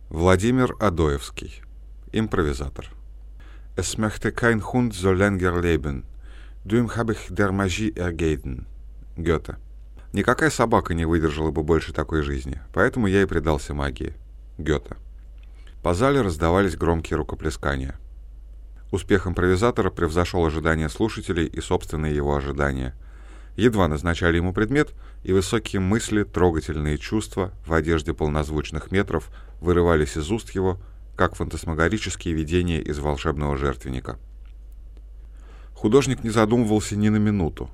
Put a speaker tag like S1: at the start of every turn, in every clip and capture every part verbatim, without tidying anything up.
S1: Владимир Адоевский. Импровизатор. Es möchte kein Hund so länger leben. Dem habe ich der Magie ergeben. Гёте. Никакая собака не выдержала бы больше такой жизни, поэтому я и предался магии. Гёте. По зале раздавались громкие рукоплескания. Успех импровизатора превзошел ожидания слушателей и собственные его ожидания. Едва назначали ему предмет, и высокие мысли, трогательные чувства в одежде полнозвучных метров вырывались из уст его, как фантасмагорические видения из волшебного жертвенника. Художник не задумывался ни на минуту.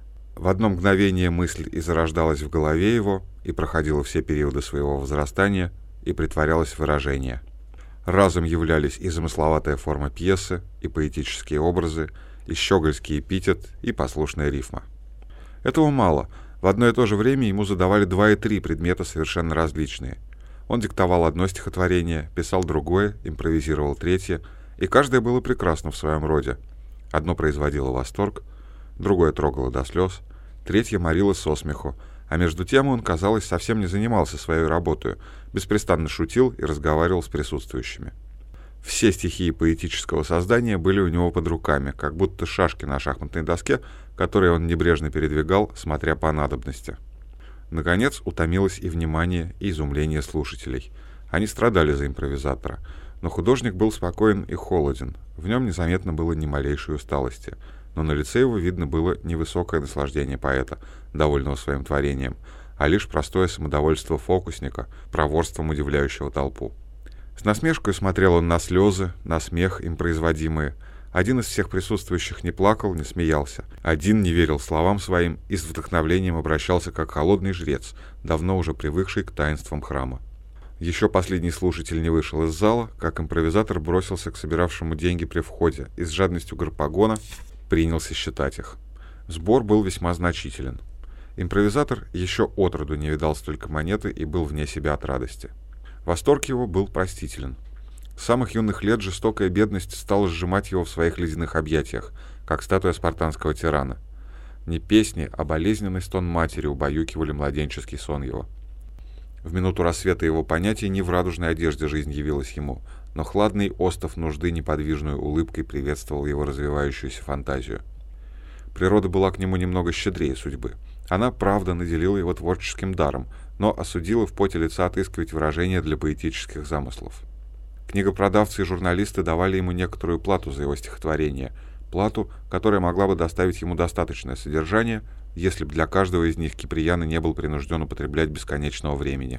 S1: В одно мгновение мысль и зарождалась в голове его, и проходила все периоды своего возрастания, и притворялась в выражение. Разом являлись и замысловатая форма пьесы, и поэтические образы, и щегольский эпитет, и послушная рифма. Этого мало. В одно и то же время ему задавали два и три предмета совершенно различные. Он диктовал одно стихотворение, писал другое, импровизировал третье, и каждое было прекрасно в своем роде. Одно производило восторг, другое трогало до слез, третье морило со смеху, а между тем он, казалось, совсем не занимался своей работой, беспрестанно шутил и разговаривал с присутствующими. Все стихии поэтического создания были у него под руками, как будто шашки на шахматной доске, которые он небрежно передвигал, смотря по надобности. Наконец, утомилось и внимание, и изумление слушателей. Они страдали за импровизатора, но художник был спокоен и холоден, в нем незаметно было ни малейшей усталости, но на лице его видно было не высокое наслаждение поэта, довольного своим творением, а лишь простое самодовольство фокусника, проворством удивляющего толпу. С насмешкой смотрел он на слезы, на смех им производимые. Один из всех присутствующих не плакал, не смеялся. Один не верил словам своим и с вдохновлением обращался как холодный жрец, давно уже привыкший к таинствам храма. Еще последний слушатель не вышел из зала, как импровизатор бросился к собиравшему деньги при входе и с жадностью Гарпагона принялся считать их. Сбор был весьма значителен. Импровизатор еще отроду не видал столько монеты и был вне себя от радости. Восторг его был простителен. С самых юных лет жестокая бедность стала сжимать его в своих ледяных объятиях, как статуя спартанского тирана. Не песни, а болезненный стон матери убаюкивали младенческий сон его. В минуту рассвета его понятий не в радужной одежде жизнь явилась ему, но хладный остов нужды неподвижной улыбкой приветствовал его развивающуюся фантазию. Природа была к нему немного щедрее судьбы. Она, правда, наделила его творческим даром, но осудила в поте лица отыскивать выражения для поэтических замыслов. Книгопродавцы и журналисты давали ему некоторую плату за его стихотворение, плату, которая могла бы доставить ему достаточное содержание, если бы для каждого из них Киприян не был принужден употреблять бесконечного времени.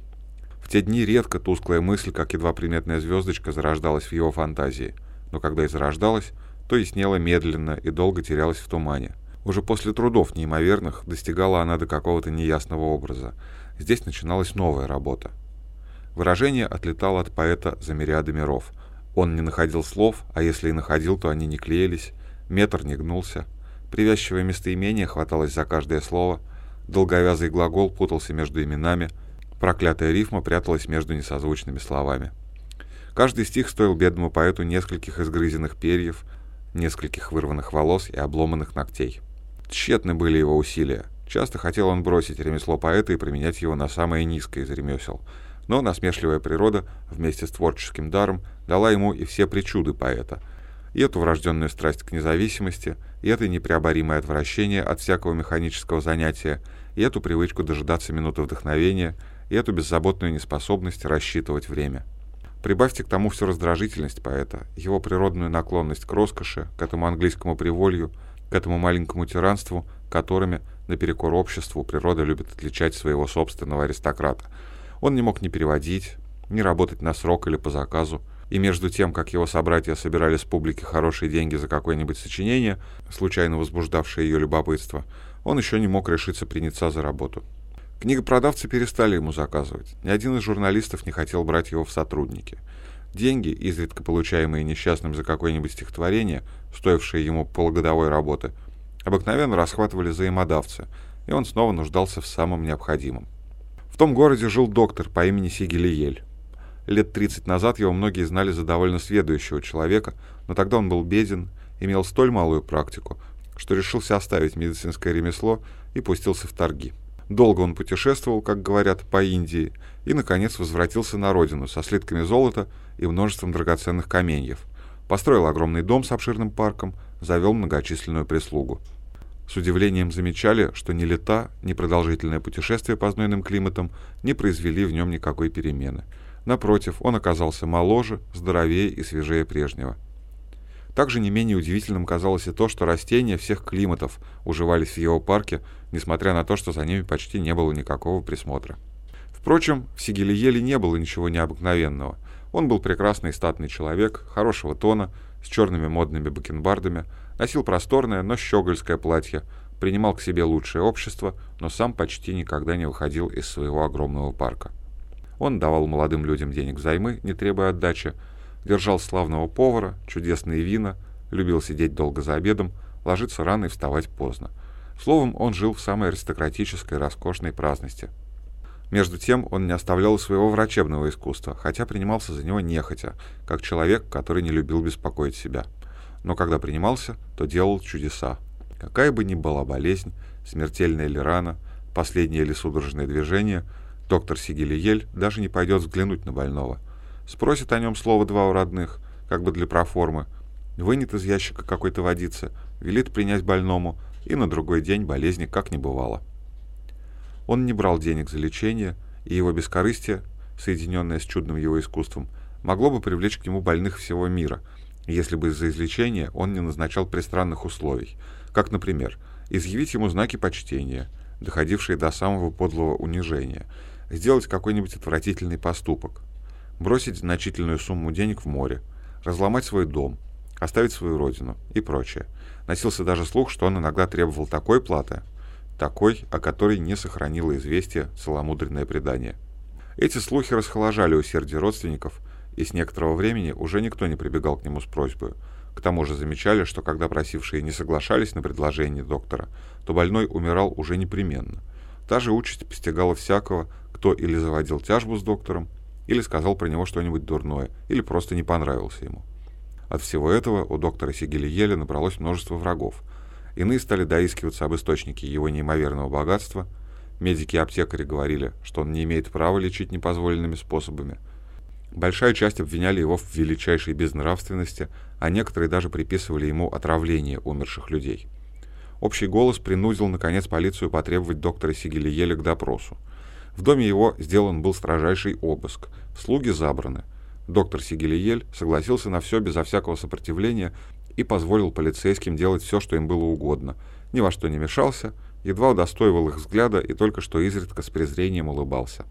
S1: В те дни редко тусклая мысль, как едва приметная звездочка, зарождалась в его фантазии, но когда и зарождалась, то яснела медленно и долго терялась в тумане. Уже после трудов неимоверных достигала она до какого-то неясного образа. Здесь начиналась новая работа. Выражение отлетало от поэта за мириады миров. Он не находил слов, а если и находил, то они не клеились, метр не гнулся, привязчивое местоимение хваталось за каждое слово, долговязый глагол путался между именами, проклятая рифма пряталась между несозвучными словами. Каждый стих стоил бедному поэту нескольких изгрызенных перьев, нескольких вырванных волос и обломанных ногтей. Тщетны были его усилия. Часто хотел он бросить ремесло поэта и применять его на самое низкое из ремесел. Но насмешливая природа вместе с творческим даром дала ему и все причуды поэта, и эту врожденную страсть к независимости, и это непреоборимое отвращение от всякого механического занятия, и эту привычку дожидаться минуты вдохновения, и эту беззаботную неспособность рассчитывать время. Прибавьте к тому всю раздражительность поэта, его природную наклонность к роскоши, к этому английскому приволью, к этому маленькому тиранству, которыми, наперекор обществу, природа любит отличать своего собственного аристократа. Он не мог ни переводить, ни работать на срок или по заказу, и между тем, как его собратья собирали с публики хорошие деньги за какое-нибудь сочинение, случайно возбуждавшее ее любопытство, он еще не мог решиться приняться за работу. Книгопродавцы перестали ему заказывать, ни один из журналистов не хотел брать его в сотрудники. Деньги, изредка получаемые несчастным за какое-нибудь стихотворение, стоившие ему полугодовой работы, обыкновенно расхватывали взаимодавцы, и он снова нуждался в самом необходимом. В том городе жил доктор по имени Сигелиель. Лет тридцать назад его многие знали за довольно сведущего человека, но тогда он был беден, имел столь малую практику, что решился оставить медицинское ремесло и пустился в торги. Долго он путешествовал, как говорят, по Индии, и, наконец, возвратился на родину со слитками золота и множеством драгоценных каменьев. Построил огромный дом с обширным парком, завел многочисленную прислугу. С удивлением замечали, что ни лета, ни продолжительное путешествие по знойным климатам не произвели в нем никакой перемены. Напротив, он оказался моложе, здоровее и свежее прежнего. Также не менее удивительным казалось и то, что растения всех климатов уживались в его парке, несмотря на то, что за ними почти не было никакого присмотра. Впрочем, в Сигелиеле не было ничего необыкновенного. Он был прекрасный и статный человек, хорошего тона, с черными модными бакенбардами, носил просторное, но щегольское платье, принимал к себе лучшее общество, но сам почти никогда не выходил из своего огромного парка. Он давал молодым людям денег взаймы, не требуя отдачи, держал славного повара, чудесные вина, любил сидеть долго за обедом, ложиться рано и вставать поздно. Словом, он жил в самой аристократической, роскошной праздности. Между тем, он не оставлял своего врачебного искусства, хотя принимался за него нехотя, как человек, который не любил беспокоить себя. Но когда принимался, то делал чудеса. Какая бы ни была болезнь, смертельная ли рана, последнее ли судорожное движение, доктор Сигелиель даже не пойдет взглянуть на больного. Спросит о нем слово-два у родных, как бы для проформы, вынет из ящика какой-то водицы, велит принять больному, и на другой день болезни как не бывало. Он не брал денег за лечение, и его бескорыстие, соединенное с чудным его искусством, могло бы привлечь к нему больных всего мира, если бы из-за излечения он не назначал пристранных условий, как, например, изъявить ему знаки почтения, доходившие до самого подлого унижения, сделать какой-нибудь отвратительный поступок, бросить значительную сумму денег в море, разломать свой дом, оставить свою родину и прочее. Носился даже слух, что он иногда требовал такой платы, такой, о которой не сохранило известие целомудренное предание. Эти слухи расхоложали усердие родственников, и с некоторого времени уже никто не прибегал к нему с просьбой. К тому же замечали, что когда просившие не соглашались на предложение доктора, то больной умирал уже непременно. Та же участь постигала всякого, кто или заводил тяжбу с доктором, или сказал про него что-нибудь дурное, или просто не понравился ему. От всего этого у доктора Сигелиеля набралось множество врагов. Иные стали доискиваться об источнике его неимоверного богатства. Медики и аптекари говорили, что он не имеет права лечить непозволенными способами. Большая часть обвиняли его в величайшей безнравственности, а некоторые даже приписывали ему отравление умерших людей. Общий голос принудил, наконец, полицию потребовать доктора Сигелиеля к допросу. В доме его сделан был строжайший обыск, слуги забраны. Доктор Сигелиель согласился на все безо всякого сопротивления и позволил полицейским делать все, что им было угодно, ни во что не мешался, едва удостоивал их взгляда и только что изредка с презрением улыбался.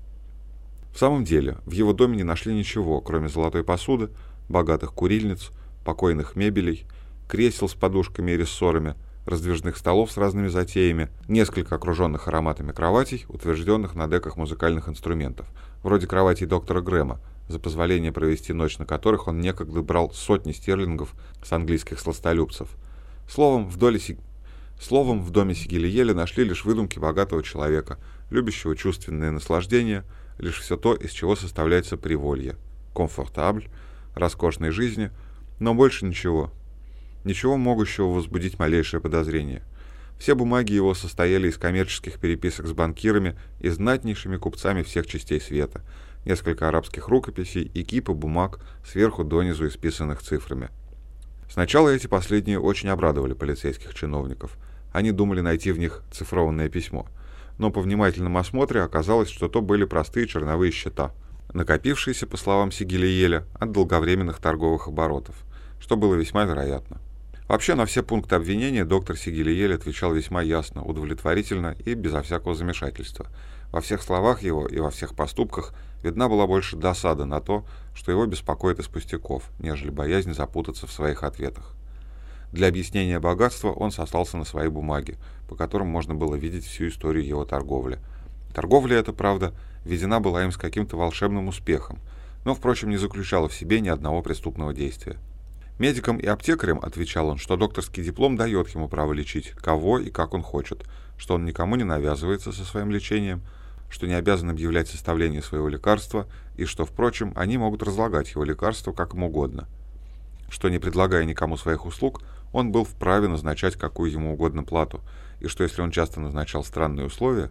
S1: В самом деле, в его доме не нашли ничего, кроме золотой посуды, богатых курильниц, покойных мебелей, кресел с подушками и рессорами, раздвижных столов с разными затеями, несколько окруженных ароматами кроватей, утвержденных на деках музыкальных инструментов, вроде кроватей доктора Грэма, за позволение провести ночь на которых он некогда брал сотни стерлингов с английских сластолюбцев. Словом, в, доле Си... Словом, в доме Сигелиеля нашли лишь выдумки богатого человека, любящего чувственные наслаждения, лишь все то, из чего составляется приволье, комфортабль, роскошной жизни, но больше ничего. Ничего могущего возбудить малейшее подозрение. Все бумаги его состояли из коммерческих переписок с банкирами и знатнейшими купцами всех частей света, несколько арабских рукописей и кипа бумаг, сверху донизу исписанных цифрами. Сначала эти последние очень обрадовали полицейских чиновников. Они думали найти в них цифрованное письмо. Но по внимательном осмотре оказалось, что то были простые черновые счета, накопившиеся, по словам Сигелиеля, от долговременных торговых оборотов, что было весьма вероятно. Вообще, на все пункты обвинения доктор Сигелиель отвечал весьма ясно, удовлетворительно и безо всякого замешательства. Во всех словах его и во всех поступках видна была больше досада на то, что его беспокоит из пустяков, нежели боязнь запутаться в своих ответах. Для объяснения богатства он сослался на свои бумаги, по которым можно было видеть всю историю его торговли. Торговля эта, правда, ведена была им с каким-то волшебным успехом, но, впрочем, не заключала в себе ни одного преступного действия. Медикам и аптекарям отвечал он, что докторский диплом дает ему право лечить, кого и как он хочет, что он никому не навязывается со своим лечением, что не обязан объявлять составление своего лекарства и что, впрочем, они могут разлагать его лекарство как им угодно, что, не предлагая никому своих услуг, он был вправе назначать какую ему угодно плату, и что если он часто назначал странные условия,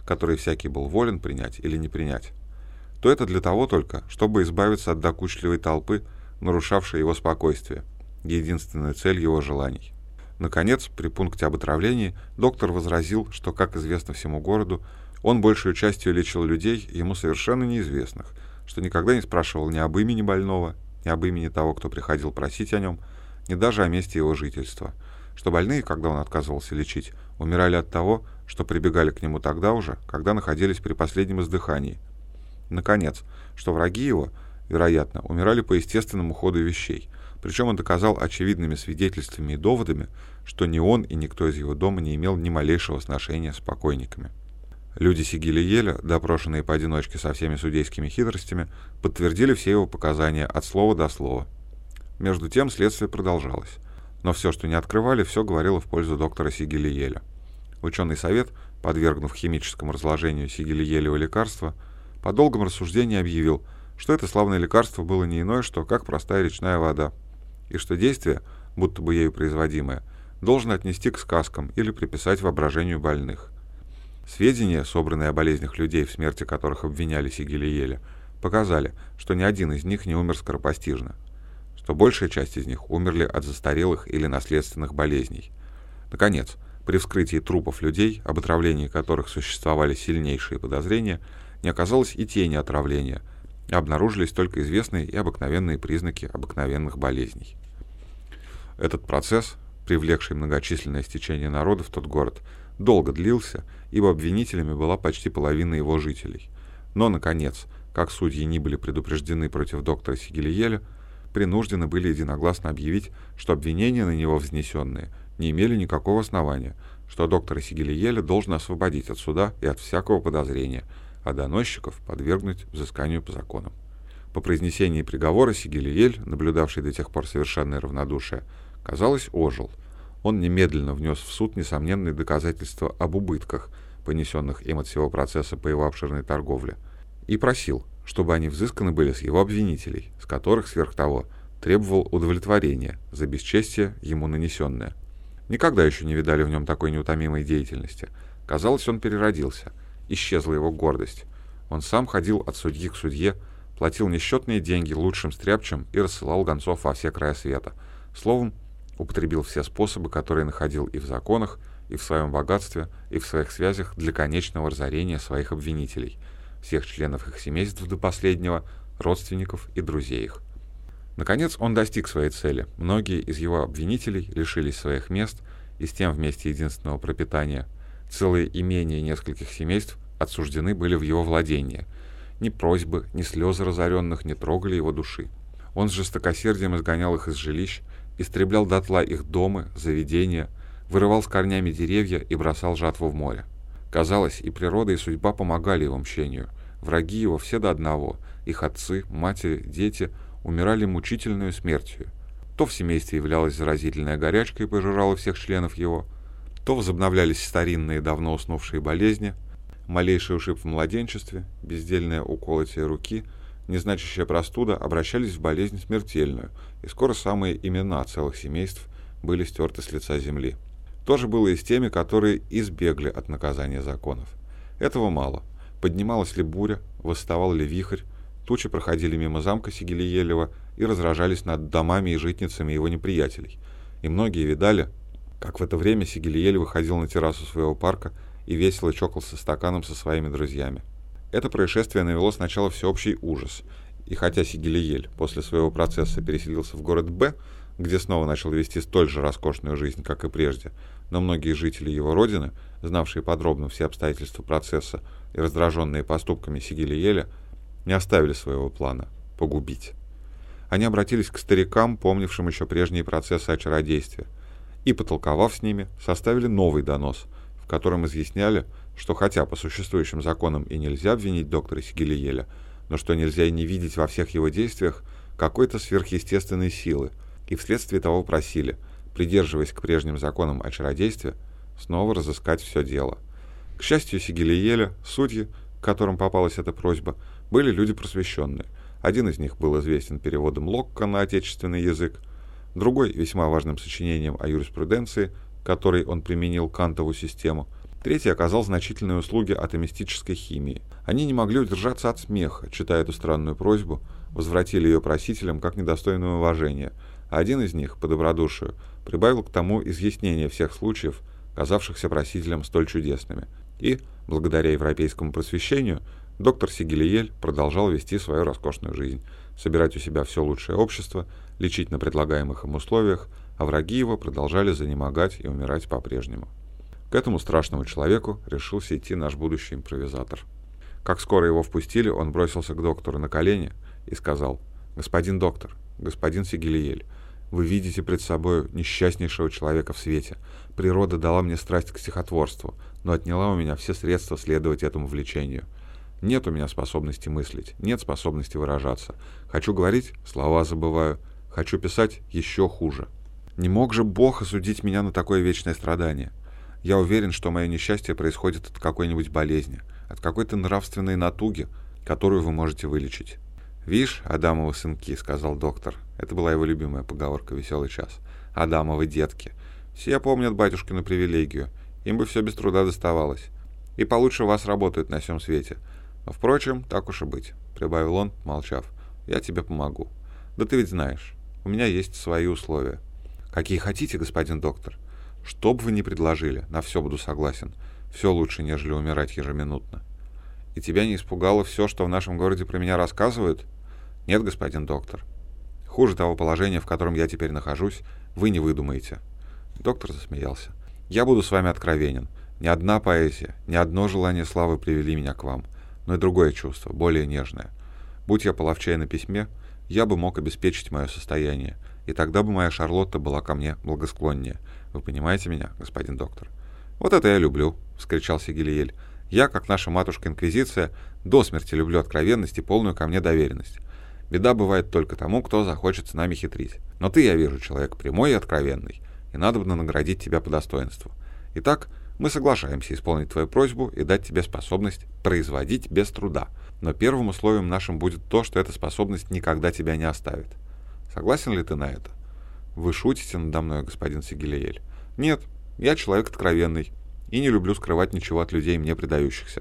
S1: которые всякий был волен принять или не принять, то это для того только, чтобы избавиться от докучливой толпы, нарушавшей его спокойствие, единственную цель его желаний. Наконец, при пункте об отравлении доктор возразил, что, как известно всему городу, он большей частью лечил людей, ему совершенно неизвестных, что никогда не спрашивал ни об имени больного, ни об имени того, кто приходил просить о нем, ни даже о месте его жительства, что больные, когда он отказывался лечить, умирали от того, что прибегали к нему тогда уже, когда находились при последнем издыхании. Наконец, что враги его, вероятно, умирали по естественному ходу вещей, причем он доказал очевидными свидетельствами и доводами, что ни он и никто из его дома не имел ни малейшего сношения с покойниками. Люди Сигилиеля, допрошенные поодиночке со всеми судейскими хитростями, подтвердили все его показания от слова до слова. Между тем следствие продолжалось, но все, что не открывали, все говорило в пользу доктора Сигилиеля. Ученый совет, подвергнув химическому разложению Сигилиелева лекарства, по долгом рассуждении объявил, что это славное лекарство было не иное, что как простая речная вода, и что действие, будто бы ею производимое, должен отнести к сказкам или приписать воображению больных. Сведения, собранные о болезнях людей, в смерти которых обвиняли Сигилиеля, показали, что ни один из них не умер скоропостижно, что большая часть из них умерли от застарелых или наследственных болезней. Наконец, при вскрытии трупов людей, об отравлении которых существовали сильнейшие подозрения, не оказалось и тени отравления, а обнаружились только известные и обыкновенные признаки обыкновенных болезней. Этот процесс, привлекший многочисленное стечение народа в тот город, долго длился, ибо обвинителями была почти половина его жителей. Но, наконец, как судьи не были предупреждены против доктора Сигилиеля, принуждены были единогласно объявить, что обвинения на него взнесенные не имели никакого основания, что доктора Сигилиеля должен освободить от суда и от всякого подозрения, а доносчиков подвергнуть взысканию по законам. По произнесении приговора Сигилиель, наблюдавший до тех пор совершенное равнодушие, казалось, ожил. Он немедленно внес в суд несомненные доказательства об убытках, понесенных им от всего процесса по его обширной торговле, и просил, чтобы они взысканы были с его обвинителей, с которых, сверх того, требовал удовлетворения за бесчестие ему нанесенное. Никогда еще не видали в нем такой неутомимой деятельности. Казалось, он переродился, исчезла его гордость. Он сам ходил от судьи к судье, платил несчетные деньги лучшим стряпчим и рассылал гонцов во все края света. Словом, употребил все способы, которые находил и в законах, и в своем богатстве, и в своих связях для конечного разорения своих обвинителей, всех членов их семейств до последнего, родственников и друзей их. Наконец он достиг своей цели. Многие из его обвинителей лишились своих мест и с тем вместе единственного пропитания. Целые имения нескольких семейств отсуждены были в его владение. Ни просьбы, ни слезы разоренных не трогали его души. Он с жестокосердием изгонял их из жилищ, истреблял дотла их дома, заведения, вырывал с корнями деревья и бросал жатву в море. Казалось, и природа, и судьба помогали его мщению. Враги его все до одного, их отцы, матери, дети умирали мучительную смертью. То в семействе являлась заразительная горячка и пожирала всех членов его, то возобновлялись старинные давно уснувшие болезни, малейший ушиб в младенчестве, бездельное уколотие руки, незначащая простуда обращались в болезнь смертельную, и скоро самые имена целых семейств были стерты с лица земли. То же было и с теми, которые избегли от наказания законов. Этого мало. Поднималась ли буря, восставал ли вихрь, тучи проходили мимо замка Сигилиелева и разражались над домами и житницами его неприятелей. И многие видали, как в это время Сигилиель выходил на террасу своего парка и весело чокался стаканом со своими друзьями. Это происшествие навело сначала всеобщий ужас, и хотя Сигилиель после своего процесса переселился в город Б, где снова начал вести столь же роскошную жизнь, как и прежде, но многие жители его родины, знавшие подробно все обстоятельства процесса и раздраженные поступками Сигилиеля, не оставили своего плана – погубить. Они обратились к старикам, помнившим еще прежние процессы о чародействе, и, потолковав с ними, составили новый донос, в котором изъясняли, что хотя по существующим законам и нельзя обвинить доктора Сигилиеля, но что нельзя и не видеть во всех его действиях какой-то сверхъестественной силы, и вследствие того просили, придерживаясь к прежним законам о чародействе, снова разыскать все дело. К счастью Сигилиеля, судьи, к которым попалась эта просьба, были люди просвещенные. Один из них был известен переводом Локка на отечественный язык, другой — весьма важным сочинением о юриспруденции, который он применил Кантову систему, Третий оказал значительные услуги атомистической химии. Они не могли удержаться от смеха, читая эту странную просьбу, возвратили ее просителям как недостойное уважение, а один из них, по добродушию, прибавил к тому изъяснение всех случаев, казавшихся просителям столь чудесными. И, благодаря европейскому просвещению, доктор Сигелиель продолжал вести свою роскошную жизнь, собирать у себя все лучшее общество, лечить на предлагаемых им условиях, а враги его продолжали занемогать и умирать по-прежнему. К этому страшному человеку решился идти наш будущий импровизатор. Как скоро его впустили, он бросился к доктору на колени и сказал: «Господин доктор, господин Сигелиель, вы видите пред собой несчастнейшего человека в свете. Природа дала мне страсть к стихотворству, но отняла у меня все средства следовать этому влечению. Нет у меня способности мыслить, нет способности выражаться. Хочу говорить — слова забываю. Хочу писать — еще хуже. Не мог же Бог осудить меня на такое вечное страдание? Я уверен, что мое несчастье происходит от какой-нибудь болезни, от какой-то нравственной натуги, которую вы можете вылечить». «Вишь, Адамовы сынки», — сказал доктор. Это была его любимая поговорка «Веселый час». «Адамовы детки. Все помнят батюшкину привилегию. Им бы все без труда доставалось. И получше вас работают на всем свете. Но, впрочем, так уж и быть», — прибавил он, молчав. «Я тебе помогу. Да ты ведь знаешь, у меня есть свои условия». «Какие хотите, господин доктор? Что бы вы ни предложили, на все буду согласен. Все лучше, нежели умирать ежеминутно». «И тебя не испугало все, что в нашем городе про меня рассказывают?» «Нет, господин доктор. Хуже того положения, в котором я теперь нахожусь, вы не выдумаете». Доктор засмеялся. «Я буду с вами откровенен. Ни одна поэзия, ни одно желание славы привели меня к вам, но и другое чувство, более нежное. Будь я половчее на письме, я бы мог обеспечить мое состояние, и тогда бы моя Шарлотта была ко мне благосклоннее. Вы понимаете меня, господин доктор?» «Вот это я люблю», — вскричал Сигелиель. «Я, как наша матушка-инквизиция, до смерти люблю откровенность и полную ко мне доверенность. Беда бывает только тому, кто захочет с нами хитрить. Но ты, я вижу, человек прямой и откровенный, и надобно наградить тебя по достоинству. Итак, мы соглашаемся исполнить твою просьбу и дать тебе способность производить без труда. Но первым условием нашим будет то, что эта способность никогда тебя не оставит. Согласен ли ты на это?» «Вы шутите надо мной, господин Сигелиель?» «Нет, я человек откровенный и не люблю скрывать ничего от людей, мне предающихся.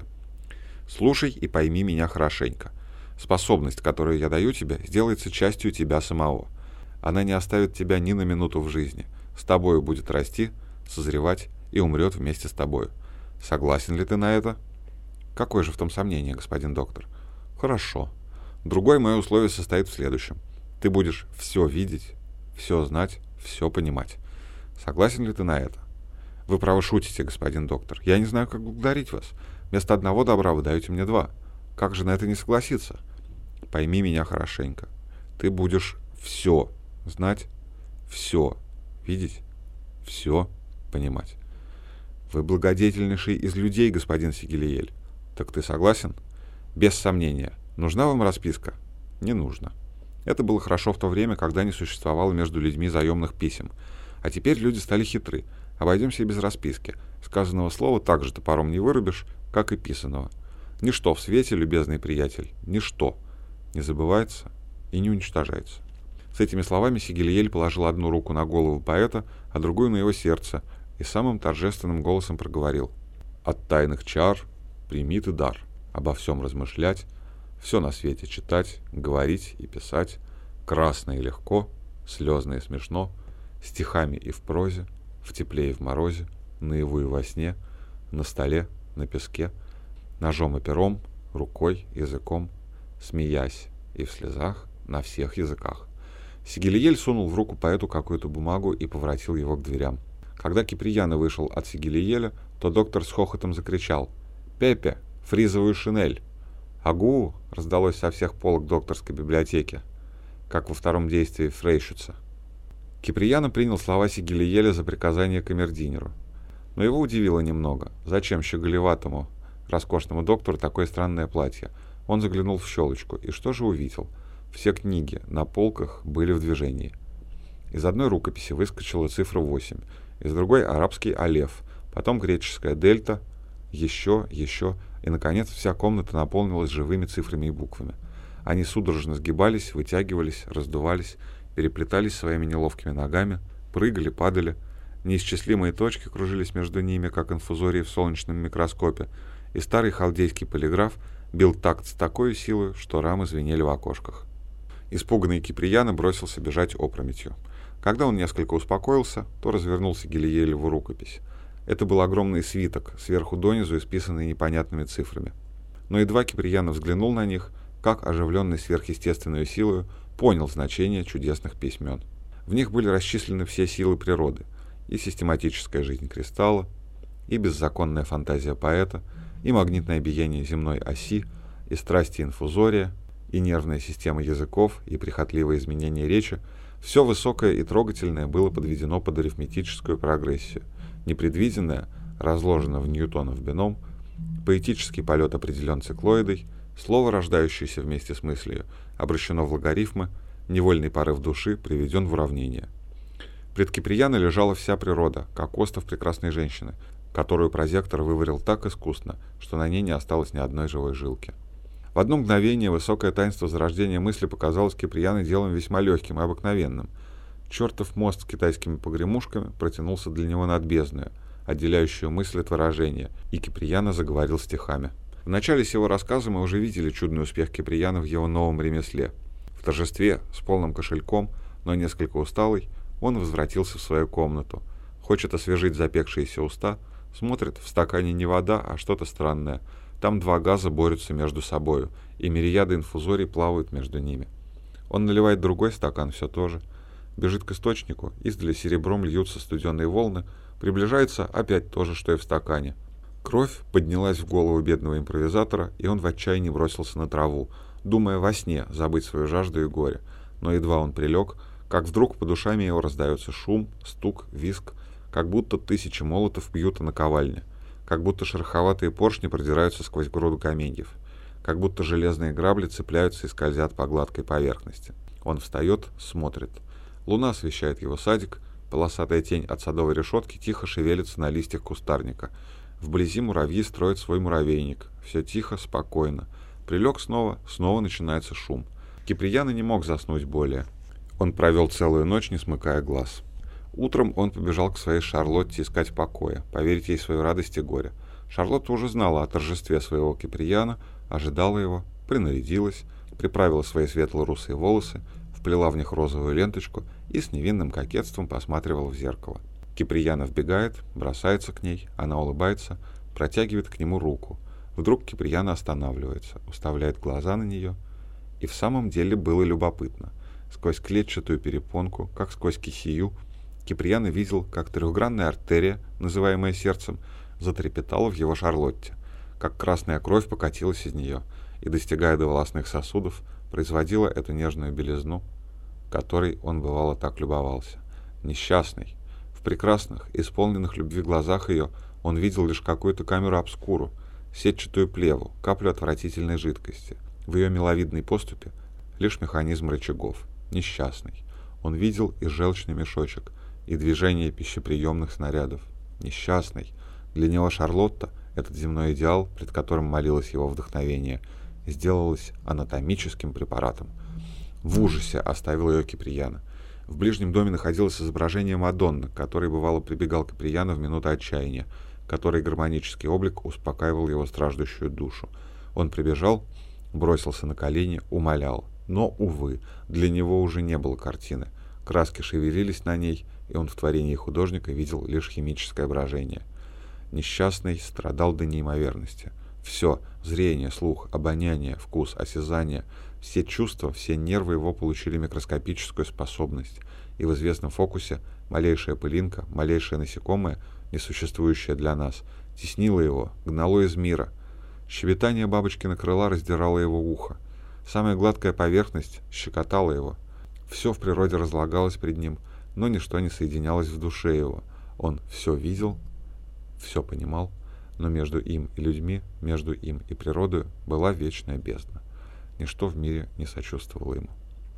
S1: Слушай и пойми меня хорошенько. Способность, которую я даю тебе, сделается частью тебя самого. Она не оставит тебя ни на минуту в жизни. С тобою будет расти, созревать и умрет вместе с тобою. Согласен ли ты на это?» «Какое же в том сомнение, господин доктор?» «Хорошо. Другое мое условие состоит в следующем. Ты будешь все видеть, все знать, все понимать. Согласен ли ты на это?» «Вы, право, шутите, господин доктор. Я не знаю, как благодарить вас. Вместо одного добра вы даете мне два. Как же на это не согласиться?» «Пойми меня хорошенько. Ты будешь все знать, все видеть, все понимать. Вы благодетельнейший из людей, господин Сигелиель. Так ты согласен?» «Без сомнения. Нужна вам расписка?» «Не нужно. Это было хорошо в то время, когда не существовало между людьми заемных писем. А теперь люди стали хитры. Обойдемся и без расписки. Сказанного слова так же топором не вырубишь, как и писаного. Ничто в свете, любезный приятель, ничто не забывается и не уничтожается». С этими словами Сигелиель положил одну руку на голову поэта, а другую на его сердце, и самым торжественным голосом проговорил: «От тайных чар прими ты дар, обо всем размышлять, все на свете читать, говорить и писать, красно и легко, слезно и смешно, стихами и в прозе, в тепле и в морозе, наяву и во сне, на столе, на песке, ножом и пером, рукой, языком, смеясь и в слезах, на всех языках». Сигелиель сунул в руку поэту какую-то бумагу и поворотил его к дверям. Когда Киприяна вышел от Сигелиеля, то доктор с хохотом закричал: «Пепе, фризовую шинель!» «Агу!» — раздалось со всех полок докторской библиотеки, как во втором действии Фрейшюца. Киприяна принял слова Сигелиеля за приказание камердинеру. Но его удивило немного. Зачем щеголеватому, роскошному доктору такое странное платье? Он заглянул в щелочку, и что же увидел? Все книги на полках были в движении. Из одной рукописи выскочила цифра восемь, из другой — арабский алеф, потом греческая дельта, еще, еще, и, наконец, вся комната наполнилась живыми цифрами и буквами. Они судорожно сгибались, вытягивались, раздувались, переплетались своими неловкими ногами, прыгали, падали. Неисчислимые точки кружились между ними, как инфузории в солнечном микроскопе, и старый халдейский полиграф бил такт с такой силой, что рамы звенели в окошках. Испуганный Киприяна бросился бежать опрометью. Когда он несколько успокоился, то развернулся Гилиелеву рукопись. Это был огромный свиток, сверху донизу исписанный непонятными цифрами. Но едва Киприяна взглянул на них, как, оживленный сверхъестественной силой, понял значение чудесных письмен. В них были расчислены все силы природы, и систематическая жизнь кристалла, и беззаконная фантазия поэта, и магнитное биение земной оси, и страсти инфузория, и нервная система языков, и прихотливое изменение речи. Все высокое и трогательное было подведено под арифметическую прогрессию. Непредвиденное разложено в ньютонов бином, поэтический полет определен циклоидой, слово, рождающееся вместе с мыслью, обращено в логарифмы, невольный порыв души приведен в уравнение. Пред Киприяной лежала вся природа, как остов прекрасной женщины, которую прозектор выварил так искусно, что на ней не осталось ни одной живой жилки. В одно мгновение высокое таинство зарождения мысли показалось Киприяной делом весьма легким и обыкновенным. Чертов мост с китайскими погремушками протянулся для него над бездною, отделяющую мысль от выражения, и Киприяна заговорил стихами. В начале сего рассказа мы уже видели чудный успех Киприяна в его новом ремесле. В торжестве, с полным кошельком, но несколько усталый, он возвратился в свою комнату. Хочет освежить запекшиеся уста, смотрит, в стакане не вода, а что-то странное. Там два газа борются между собою, и мириады инфузорий плавают между ними. Он наливает другой стакан, все то же. Бежит к источнику, издали серебром льются студеные волны, приближается опять то же, что и в стакане. Кровь поднялась в голову бедного импровизатора, и он в отчаянии бросился на траву, думая во сне забыть свою жажду и горе. Но едва он прилег, как вдруг под ушами его раздается шум, стук, визг, как будто тысячи молотов бьют о наковальне, как будто шероховатые поршни продираются сквозь груду каменьев, как будто железные грабли цепляются и скользят по гладкой поверхности. Он встает, смотрит. Луна освещает его садик, полосатая тень от садовой решетки тихо шевелится на листьях кустарника. Вблизи муравьи строят свой муравейник. Все тихо, спокойно. Прилег снова, снова начинается шум. Киприяна не мог заснуть более. Он провел целую ночь, не смыкая глаз. Утром он побежал к своей Шарлотте искать покоя, поверить ей свою радость и горе. Шарлотта уже знала о торжестве своего Киприяна, ожидала его, принарядилась, приправила свои светло-русые волосы, вплела в них розовую ленточку и с невинным кокетством посматривала в зеркало. Киприяна вбегает, бросается к ней, она улыбается, протягивает к нему руку. Вдруг Киприяна останавливается, уставляет глаза на нее. И в самом деле было любопытно. Сквозь клетчатую перепонку, как сквозь кисею, Киприяна видел, как трехгранная артерия, называемая сердцем, затрепетала в его Шарлотте, как красная кровь покатилась из нее и, достигая до волосных сосудов, производила эту нежную белизну, которой он бывало так любовался. Несчастный. В прекрасных, исполненных любви глазах ее он видел лишь какую-то камеру обскуру, сетчатую плеву, каплю отвратительной жидкости. В ее миловидной поступе лишь механизм рычагов. Несчастный. Он видел и желчный мешочек, и движение пищеприемных снарядов. Несчастный. Для него Шарлотта, этот земной идеал, пред которым молилось его вдохновение, сделалась анатомическим препаратом. В ужасе оставил ее Киприяна. В ближнем доме находилось изображение Мадонны, к которой бывало прибегал Киприяна в минуты отчаяния, который гармонический облик успокаивал его страждущую душу. Он прибежал, бросился на колени, умолял. Но, увы, для него уже не было картины. Краски шевелились на ней, и он в творении художника видел лишь химическое брожение. Несчастный страдал до неимоверности. Все — зрение, слух, обоняние, вкус, осязание — все чувства, все нервы его получили микроскопическую способность, и в известном фокусе малейшая пылинка, малейшее насекомое, несуществующее для нас, теснило его, гнало из мира. Щебетание бабочкина крыла раздирало его ухо. Самая гладкая поверхность щекотала его. Все в природе разлагалось пред ним, но ничто не соединялось в душе его. Он все видел, все понимал, но между им и людьми, между им и природой была вечная бездна. Ничто в мире не сочувствовало ему.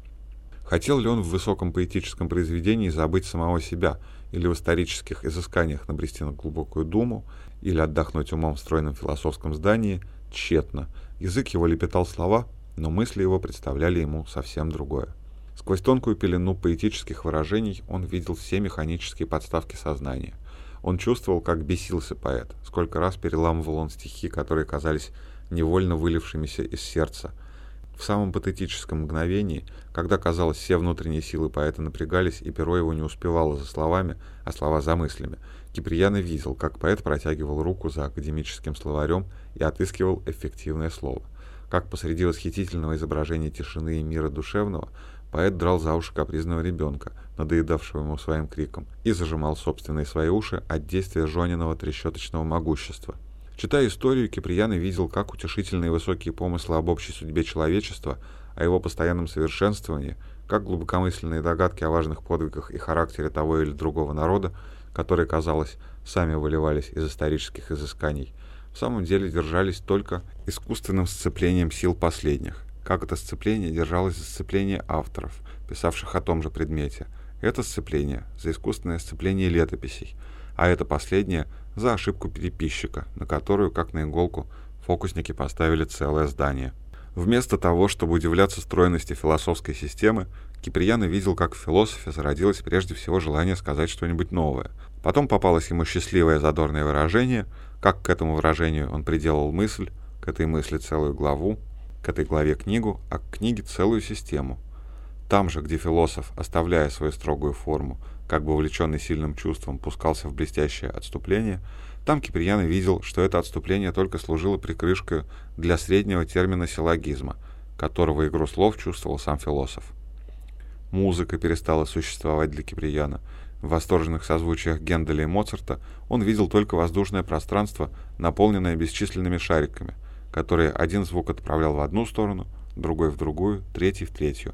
S1: Хотел ли он в высоком поэтическом произведении забыть самого себя, или в исторических изысканиях набрести на глубокую думу, или отдохнуть умом в стройном философском здании? Тщетно. Язык его лепетал слова, но мысли его представляли ему совсем другое. Сквозь тонкую пелену поэтических выражений он видел все механические подставки сознания. Он чувствовал, как бесился поэт, сколько раз переламывал он стихи, которые казались невольно вылившимися из сердца. В самом патетическом мгновении, когда, казалось, все внутренние силы поэта напрягались, и перо его не успевало за словами, а слова за мыслями, Киприяна видел, как поэт протягивал руку за академическим словарем и отыскивал эффективное слово. Как посреди восхитительного изображения тишины и мира душевного поэт драл за уши капризного ребенка, надоедавшего ему своим криком, и зажимал собственные свои уши от действия Жониного трещоточного могущества. Читая историю, Киприяна видел, как утешительные высокие помыслы об общей судьбе человечества, о его постоянном совершенствовании, как глубокомысленные догадки о важных подвигах и характере того или другого народа, которые, казалось, сами выливались из исторических изысканий, в самом деле держались только искусственным сцеплением сил последних. Как это сцепление держалось за сцепление авторов, писавших о том же предмете. Это сцепление за искусственное сцепление летописей, а это последнее за ошибку переписчика, на которую, как на иголку, фокусники поставили целое здание. Вместо того, чтобы удивляться стройности философской системы, Киприяна видел, как в философе зародилось прежде всего желание сказать что-нибудь новое. Потом попалось ему счастливое задорное выражение, как к этому выражению он приделал мысль, к этой мысли целую главу, к этой главе книгу, а к книге целую систему. Там же, где философ, оставляя свою строгую форму, как бы увлеченный сильным чувством, пускался в блестящее отступление, там Киприяна видел, что это отступление только служило прикрышкой для среднего термина силлогизма, которого игру слов чувствовал сам философ. Музыка перестала существовать для Киприяна. В восторженных созвучиях Генделя и Моцарта он видел только воздушное пространство, наполненное бесчисленными шариками, которые один звук отправлял в одну сторону, другой в другую, третий в третью.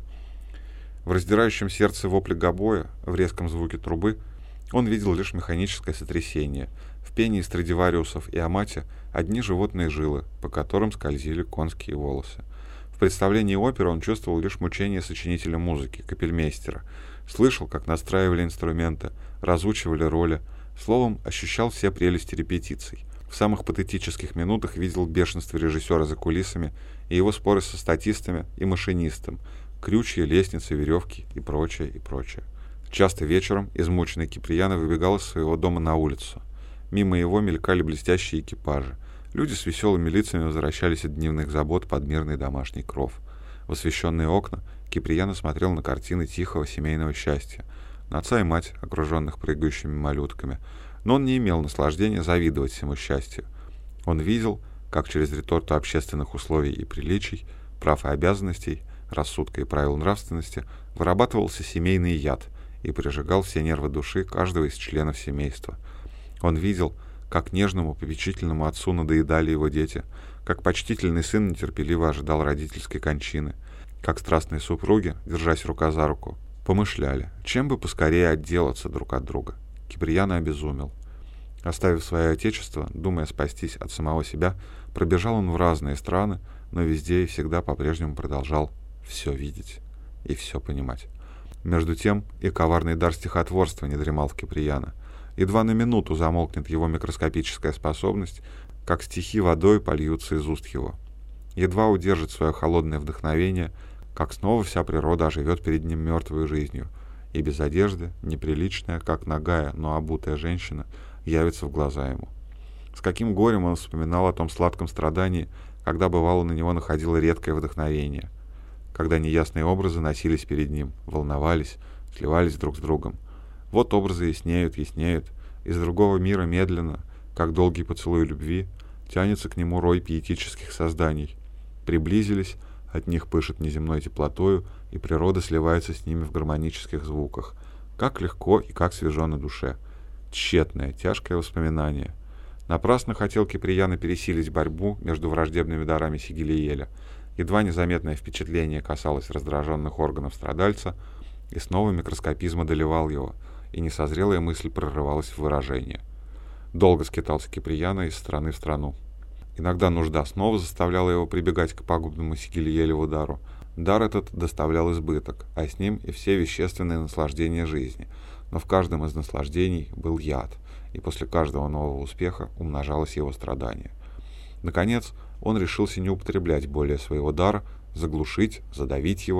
S1: В раздирающем сердце вопле гобоя, в резком звуке трубы, он видел лишь механическое сотрясение. В пении Страдивариусов и Амати одни животные жилы, по которым скользили конские волосы. В представлении оперы он чувствовал лишь мучение сочинителя музыки, капельмейстера, слышал, как настраивали инструменты, разучивали роли, словом, ощущал все прелести репетиций. В самых патетических минутах видел бешенство режиссера за кулисами и его споры со статистами и машинистом, крючья, лестницы, веревки и прочее, и прочее. Часто вечером измученный Киприяна выбегал из своего дома на улицу. Мимо его мелькали блестящие экипажи. Люди с веселыми лицами возвращались от дневных забот под мирный домашний кров. В освещенные окна Киприяна смотрел на картины тихого семейного счастья, на отца и мать, окруженных прыгающими малютками, но он не имел наслаждения завидовать всему счастью. Он видел, как через реторту общественных условий и приличий, прав и обязанностей, рассудка и правил нравственности вырабатывался семейный яд и прижигал все нервы души каждого из членов семейства. Он видел, как нежному попечительному отцу надоедали его дети, как почтительный сын нетерпеливо ожидал родительской кончины, как страстные супруги, держась рука за руку, помышляли, чем бы поскорее отделаться друг от друга. Киприяна обезумел. Оставив свое отечество, думая спастись от самого себя, пробежал он в разные страны, но везде и всегда по-прежнему продолжал все видеть и все понимать. Между тем и коварный дар стихотворства не дремал в Киприяна. Едва на минуту замолкнет его микроскопическая способность, как стихи водой польются из уст его. Едва удержит свое холодное вдохновение, как снова вся природа оживет перед ним мертвой жизнью, и без одежды, неприличная, как нагая, но обутая женщина, явится в глаза ему. С каким горем он вспоминал о том сладком страдании, когда бывало на него находило редкое вдохновение, когда неясные образы носились перед ним, волновались, сливались друг с другом. Вот образы яснеют, яснеют, из другого мира медленно, как долгий поцелуй любви, тянется к нему рой пиетических созданий. Приблизились, от них пышет неземной теплотою, и природа сливается с ними в гармонических звуках. Как легко и как свежо на душе. Тщетное, тяжкое воспоминание. Напрасно хотел Киприяна пересилить борьбу между враждебными дарами Сигелиеля. Едва незаметное впечатление касалось раздраженных органов страдальца, и снова микроскопизм одолевал его, и несозрелая мысль прорывалась в выражение. Долго скитался Киприяна из страны в страну. Иногда нужда снова заставляла его прибегать к пагубному Сигелиелеву дару. Дар этот доставлял избыток, а с ним и все вещественные наслаждения жизни. Но в каждом из наслаждений был яд, и после каждого нового успеха умножалось его страдание. Наконец, он решился не употреблять более своего дара, заглушить, задавить его,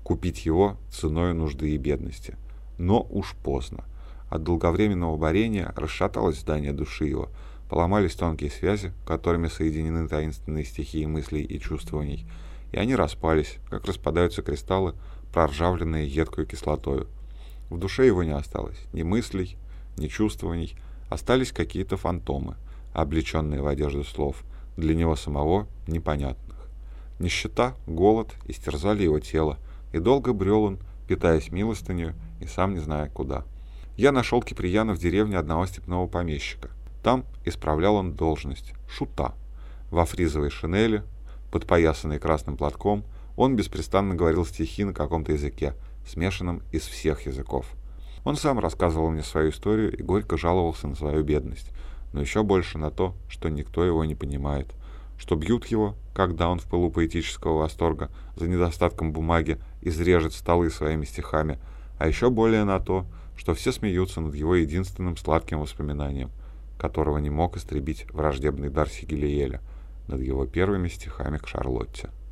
S1: купить его ценой нужды и бедности. Но уж поздно. От долговременного борения расшаталось здание души его, поломались тонкие связи, которыми соединены таинственные стихии мыслей и чувствований, и они распались, как распадаются кристаллы, проржавленные едкой кислотою. В душе его не осталось ни мыслей, ни чувствований, остались какие-то фантомы, облеченные в одежду слов, для него самого непонятных. Нищета, голод истерзали его тело, и долго брел он, питаясь милостынью и сам не зная куда. Я нашел Киприяна в деревне одного степного помещика. Там исправлял он должность шута. Во фризовой шинели, подпоясанный красным платком, он беспрестанно говорил стихи на каком-то языке, смешанном из всех языков. Он сам рассказывал мне свою историю и горько жаловался на свою бедность, но еще больше на то, что никто его не понимает, что бьют его, когда он в пылу поэтического восторга за недостатком бумаги изрежет столы своими стихами, а еще более на то, что все смеются над его единственным сладким воспоминанием, которого не мог истребить враждебный дар Сигелиэля, над его первыми стихами к Шарлотте.